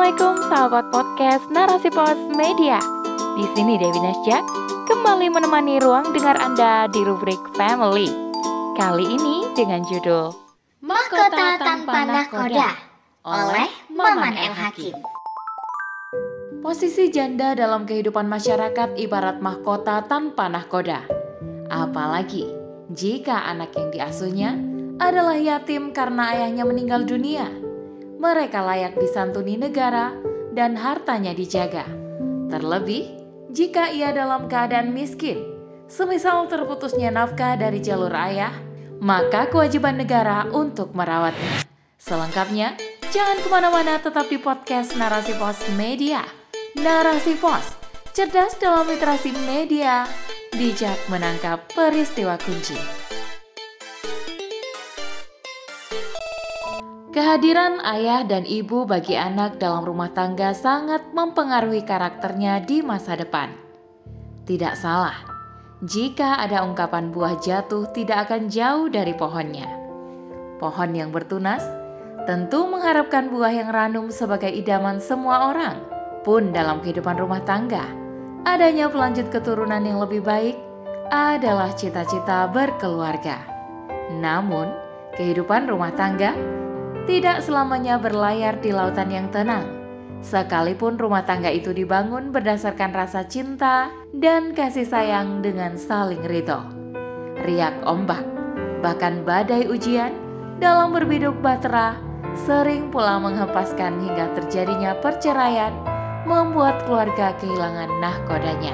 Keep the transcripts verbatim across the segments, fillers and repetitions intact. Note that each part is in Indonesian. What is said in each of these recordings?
Assalamualaikum sahabat podcast Narasi Pos Media. Di sini Dewi Nasjak kembali menemani ruang dengar Anda di rubrik Family. Kali ini dengan judul Mahkota Tanpa Nahkoda oleh Maman El Hakim. Posisi janda dalam kehidupan masyarakat ibarat mahkota tanpa nahkoda. Apalagi jika anak yang diasuhnya adalah yatim karena ayahnya meninggal dunia. Mereka layak disantuni negara dan hartanya dijaga. Terlebih jika ia dalam keadaan miskin, semisal terputusnya nafkah dari jalur ayah, maka kewajiban negara untuk merawatnya. Selengkapnya, jangan kemana-mana, tetap di podcast Narasi Pos Media. Narasi Pos, cerdas dalam literasi media, bijak menangkap peristiwa kunci. Kehadiran ayah dan ibu bagi anak dalam rumah tangga sangat mempengaruhi karakternya di masa depan. Tidak salah, jika ada ungkapan buah jatuh tidak akan jauh dari pohonnya. Pohon yang bertunas tentu mengharapkan buah yang ranum sebagai idaman semua orang. Pun dalam kehidupan rumah tangga, adanya pelanjut keturunan yang lebih baik adalah cita-cita berkeluarga. Namun, kehidupan rumah tangga tidak selamanya berlayar di lautan yang tenang. Sekalipun rumah tangga itu dibangun berdasarkan rasa cinta dan kasih sayang dengan saling ridho. Riak ombak, bahkan badai ujian dalam berbiduk bahtera sering pula menghempaskan hingga terjadinya perceraian, membuat keluarga kehilangan nahkodanya.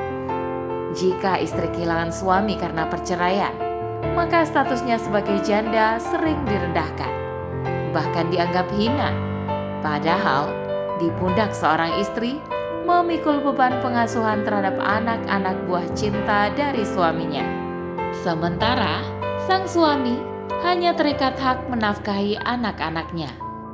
Jika istri kehilangan suami karena perceraian, maka statusnya sebagai janda sering direndahkan, bahkan dianggap hina. Padahal di pundak seorang istri memikul beban pengasuhan terhadap anak-anak buah cinta dari suaminya. Sementara sang suami hanya terikat hak menafkahi anak-anaknya.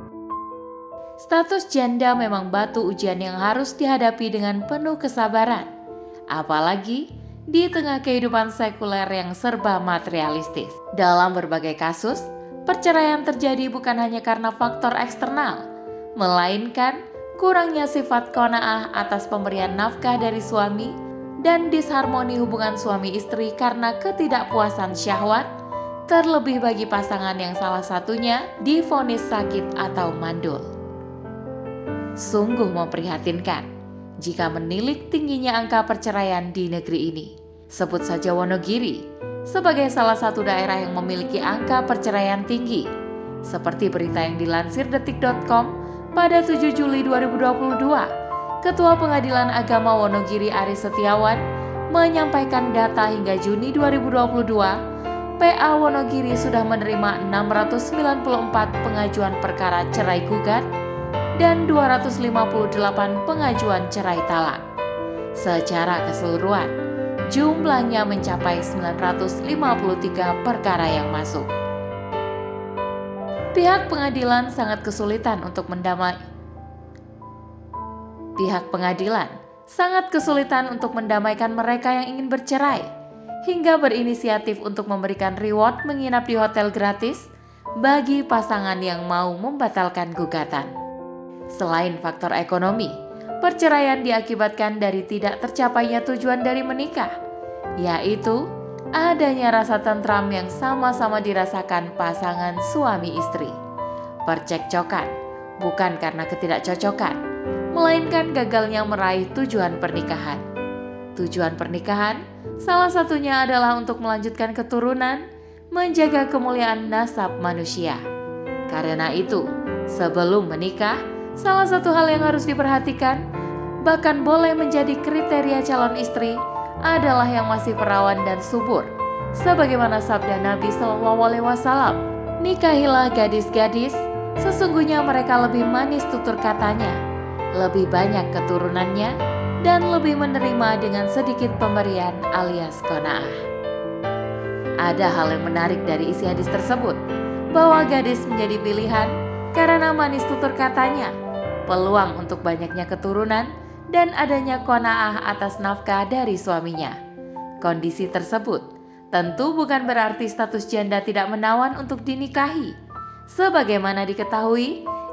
Status janda memang batu ujian yang harus dihadapi dengan penuh kesabaran, apalagi di tengah kehidupan sekuler yang serba materialistis. Dalam berbagai kasus, perceraian terjadi bukan hanya karena faktor eksternal, melainkan kurangnya sifat qanaah atas pemberian nafkah dari suami dan disharmoni hubungan suami istri karena ketidakpuasan syahwat, terlebih bagi pasangan yang salah satunya divonis sakit atau mandul. Sungguh memprihatinkan jika menilik tingginya angka perceraian di negeri ini. Sebut saja Wonogiri sebagai salah satu daerah yang memiliki angka perceraian tinggi. Seperti berita yang dilansir detik titik com pada tujuh Juli dua ribu dua puluh dua, Ketua Pengadilan Agama Wonogiri Aris Setiawan menyampaikan data hingga Juni dua ribu dua puluh dua, P A Wonogiri sudah menerima enam ratus sembilan puluh empat pengajuan perkara cerai gugat dan dua ratus lima puluh delapan pengajuan cerai talak. Secara keseluruhan, jumlahnya mencapai sembilan ratus lima puluh tiga perkara yang masuk. Pihak pengadilan sangat kesulitan untuk mendamai. Pihak pengadilan sangat kesulitan untuk mendamaikan mereka yang ingin bercerai, hingga berinisiatif untuk memberikan reward menginap di hotel gratis bagi pasangan yang mau membatalkan gugatan. Selain faktor ekonomi, perceraian diakibatkan dari tidak tercapainya tujuan dari menikah, yaitu adanya rasa tentram yang sama-sama dirasakan pasangan suami istri. Percekcokan bukan karena ketidakcocokan, melainkan gagalnya meraih tujuan pernikahan. Tujuan pernikahan salah satunya adalah untuk melanjutkan keturunan, menjaga kemuliaan nasab manusia. Karena itu, sebelum menikah, salah satu hal yang harus diperhatikan, bahkan boleh menjadi kriteria calon istri, adalah yang masih perawan dan subur. Sebagaimana sabda Nabi Shallallahu Alaihi Wasallam, nikahilah gadis-gadis, sesungguhnya mereka lebih manis tutur katanya, lebih banyak keturunannya, dan lebih menerima dengan sedikit pemberian alias qanaah. Ada hal yang menarik dari isi hadis tersebut, bahwa gadis menjadi pilihan karena manis tutur katanya, peluang untuk banyaknya keturunan, dan adanya qanaah atas nafkah dari suaminya. Kondisi tersebut tentu bukan berarti status janda tidak menawan untuk dinikahi. Sebagaimana diketahui,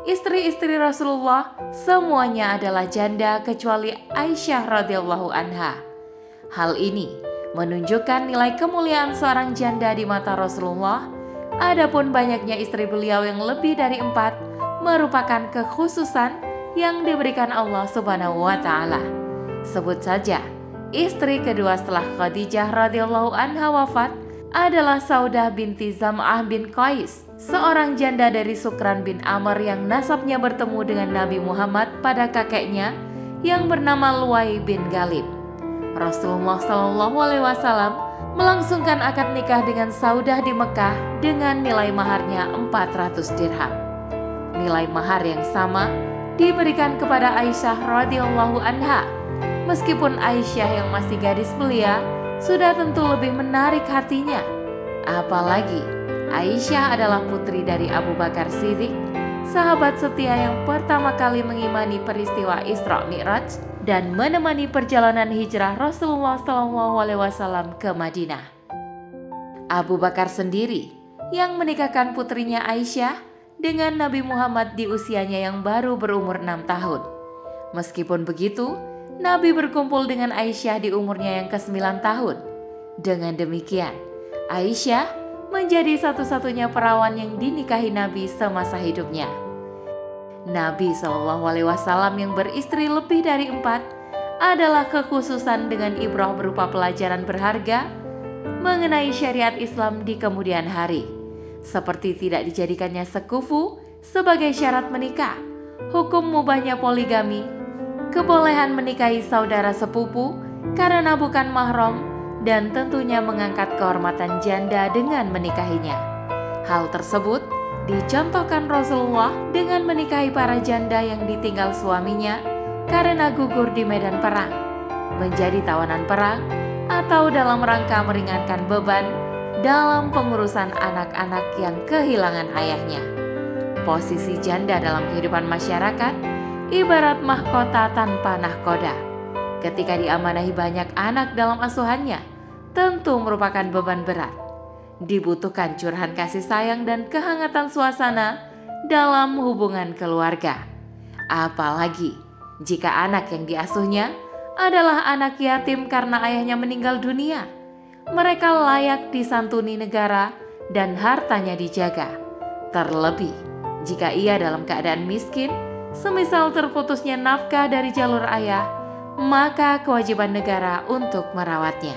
istri-istri Rasulullah semuanya adalah janda kecuali Aisyah radhiyallahu anha. Hal ini menunjukkan nilai kemuliaan seorang janda di mata Rasulullah. Adapun banyaknya istri beliau yang lebih dari empat merupakan kekhususan yang diberikan Allah Subhanahu wa taala. Sebut saja, istri kedua setelah Khadijah radhiyallahu anha wafat adalah Saudah binti Zam'ah bin Qais, seorang janda dari Sukran bin Amr yang nasabnya bertemu dengan Nabi Muhammad pada kakeknya yang bernama Luwai bin Ghalib. Rasulullah shallallahu alaihi wasallam melangsungkan akad nikah dengan Saudah di Mekah dengan nilai maharnya empat ratus dirham. Nilai mahar yang sama diberikan kepada Aisyah radhiyallahu anha. Meskipun Aisyah yang masih gadis belia sudah tentu lebih menarik hatinya. Apalagi Aisyah adalah putri dari Abu Bakar Siddiq, sahabat setia yang pertama kali mengimani peristiwa Isra Mi'raj dan menemani perjalanan hijrah Rasulullah shallallahu alaihi wasallam ke Madinah. Abu Bakar sendiri yang menikahkan putrinya Aisyah dengan Nabi Muhammad di usianya yang baru berumur enam tahun. Meskipun begitu, Nabi berkumpul dengan Aisyah di umurnya yang kesembilan tahun. Dengan demikian, Aisyah menjadi satu-satunya perawan yang dinikahi Nabi semasa hidupnya. Nabi shallallahu alaihi wasallam yang beristri lebih dari empat adalah kekhususan dengan ibrah berupa pelajaran berharga mengenai syariat Islam di kemudian hari, seperti tidak dijadikannya sekufu sebagai syarat menikah, hukum mubahnya poligami, kebolehan menikahi saudara sepupu karena bukan mahram, dan tentunya mengangkat kehormatan janda dengan menikahinya. Hal tersebut dicontohkan Rasulullah dengan menikahi para janda yang ditinggal suaminya karena gugur di medan perang, menjadi tawanan perang, atau dalam rangka meringankan beban dalam pengurusan anak-anak yang kehilangan ayahnya. Posisi janda dalam kehidupan masyarakat ibarat mahkota tanpa nahkoda. Ketika diamanahi banyak anak dalam asuhannya, tentu merupakan beban berat. Dibutuhkan curahan kasih sayang dan kehangatan suasana dalam hubungan keluarga. Apalagi jika anak yang diasuhnya adalah anak yatim karena ayahnya meninggal dunia. Mereka layak disantuni negara dan hartanya dijaga. Terlebih jika ia dalam keadaan miskin, semisal terputusnya nafkah dari jalur ayah, maka kewajiban negara untuk merawatnya.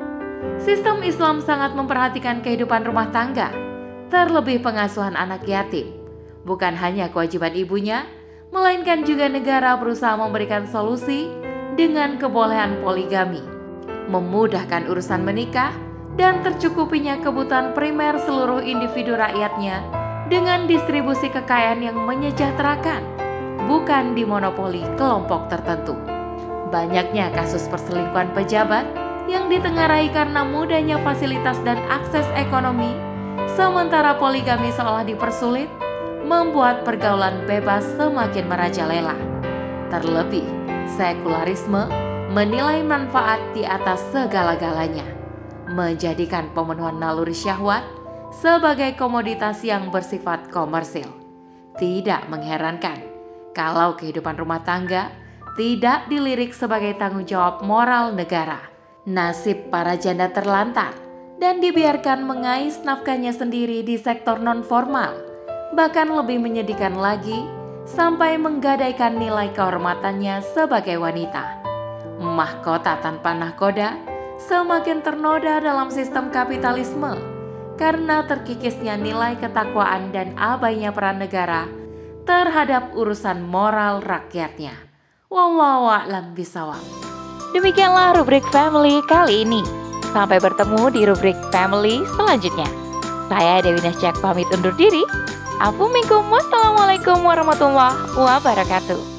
Sistem Islam sangat memperhatikan kehidupan rumah tangga, terlebih pengasuhan anak yatim. Bukan hanya kewajiban ibunya, melainkan juga negara berusaha memberikan solusi dengan kebolehan poligami, memudahkan urusan menikah, dan tercukupinya kebutuhan primer seluruh individu rakyatnya dengan distribusi kekayaan yang menyejahterakan, bukan dimonopoli kelompok tertentu. Banyaknya kasus perselingkuhan pejabat yang ditengarai karena mudahnya fasilitas dan akses ekonomi, sementara poligami seolah dipersulit, membuat pergaulan bebas semakin merajalela. Terlebih, sekularisme menilai manfaat di atas segala-galanya, menjadikan pemenuhan naluri syahwat sebagai komoditas yang bersifat komersil. Tidak mengherankan kalau kehidupan rumah tangga tidak dilirik sebagai tanggung jawab moral negara. Nasib para janda terlantar dan dibiarkan mengais nafkahnya sendiri di sektor non-formal. Bahkan lebih menyedihkan lagi, sampai menggadaikan nilai kehormatannya sebagai wanita. Mahkota tanpa nahkoda semakin ternoda dalam sistem kapitalisme karena terkikisnya nilai ketakwaan dan abainya peran negara terhadap urusan moral rakyatnya. Wallahu a'lam bishawab. Demikianlah rubrik Family kali ini. Sampai bertemu di rubrik Family selanjutnya. Saya Dewi Nasjak pamit undur diri. Afu minkum, wassalamualaikum warahmatullahi wabarakatuh.